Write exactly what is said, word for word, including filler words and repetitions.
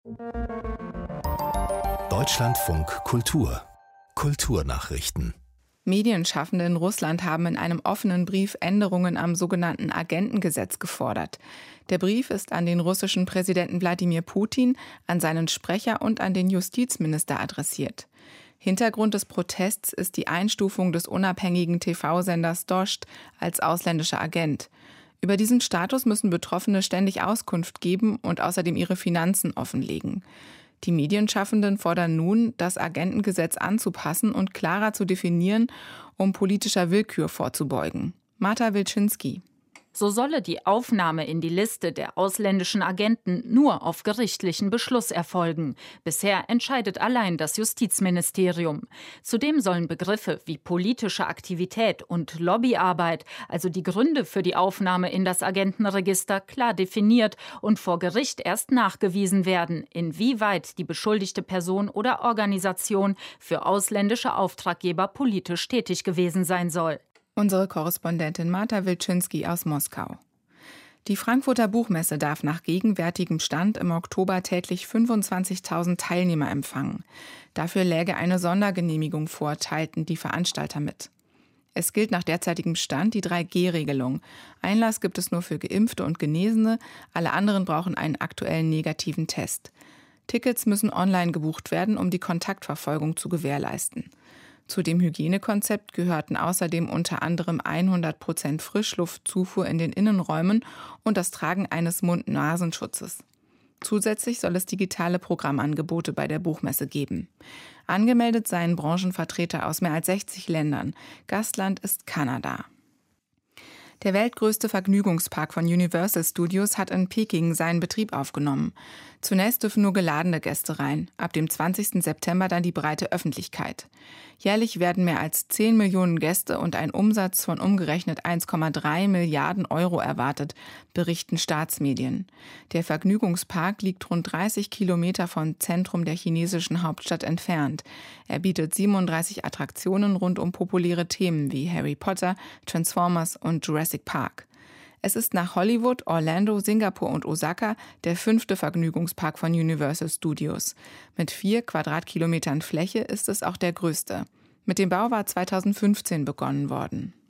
Deutschlandfunk Kultur Kulturnachrichten. Medienschaffende in Russland haben in einem offenen Brief Änderungen am sogenannten Agentengesetz gefordert. Der Brief ist an den russischen Präsidenten Wladimir Putin, an seinen Sprecher und an den Justizminister adressiert. Hintergrund des Protests ist die Einstufung des unabhängigen T V-Senders Dost als ausländischer Agent. Über diesen Status müssen Betroffene ständig Auskunft geben und außerdem ihre Finanzen offenlegen. Die Medienschaffenden fordern nun, das Agentengesetz anzupassen und klarer zu definieren, um politischer Willkür vorzubeugen. Marta Wilczynski. So solle die Aufnahme in die Liste der ausländischen Agenten nur auf gerichtlichen Beschluss erfolgen. Bisher entscheidet allein das Justizministerium. Zudem sollen Begriffe wie politische Aktivität und Lobbyarbeit, also die Gründe für die Aufnahme in das Agentenregister, klar definiert und vor Gericht erst nachgewiesen werden, inwieweit die beschuldigte Person oder Organisation für ausländische Auftraggeber politisch tätig gewesen sein soll. Unsere Korrespondentin Marta Wilczynski aus Moskau. Die Frankfurter Buchmesse darf nach gegenwärtigem Stand im Oktober täglich fünfundzwanzigtausend Teilnehmer empfangen. Dafür läge eine Sondergenehmigung vor, teilten die Veranstalter mit. Es gilt nach derzeitigem Stand die drei G Regelung. Einlass gibt es nur für Geimpfte und Genesene, alle anderen brauchen einen aktuellen negativen Test. Tickets müssen online gebucht werden, um die Kontaktverfolgung zu gewährleisten. Zu dem Hygienekonzept gehörten außerdem unter anderem hundert Prozent Frischluftzufuhr in den Innenräumen und das Tragen eines Mund-Nasenschutzes. Zusätzlich soll es digitale Programmangebote bei der Buchmesse geben. Angemeldet seien Branchenvertreter aus mehr als sechzig Ländern. Gastland ist Kanada. Der weltgrößte Vergnügungspark von Universal Studios hat in Peking seinen Betrieb aufgenommen. Zunächst dürfen nur geladene Gäste rein, ab dem zwanzigsten September dann die breite Öffentlichkeit. Jährlich werden mehr als zehn Millionen Gäste und ein Umsatz von umgerechnet eins Komma drei Milliarden Euro erwartet, berichten Staatsmedien. Der Vergnügungspark liegt rund dreißig Kilometer vom Zentrum der chinesischen Hauptstadt entfernt. Er bietet siebenunddreißig Attraktionen rund um populäre Themen wie Harry Potter, Transformers und Jurassic Park. Es ist nach Hollywood, Orlando, Singapur und Osaka der fünfte Vergnügungspark von Universal Studios. Mit vier Quadratkilometern Fläche ist es auch der größte. Mit dem Bau war zweitausendfünfzehn begonnen worden.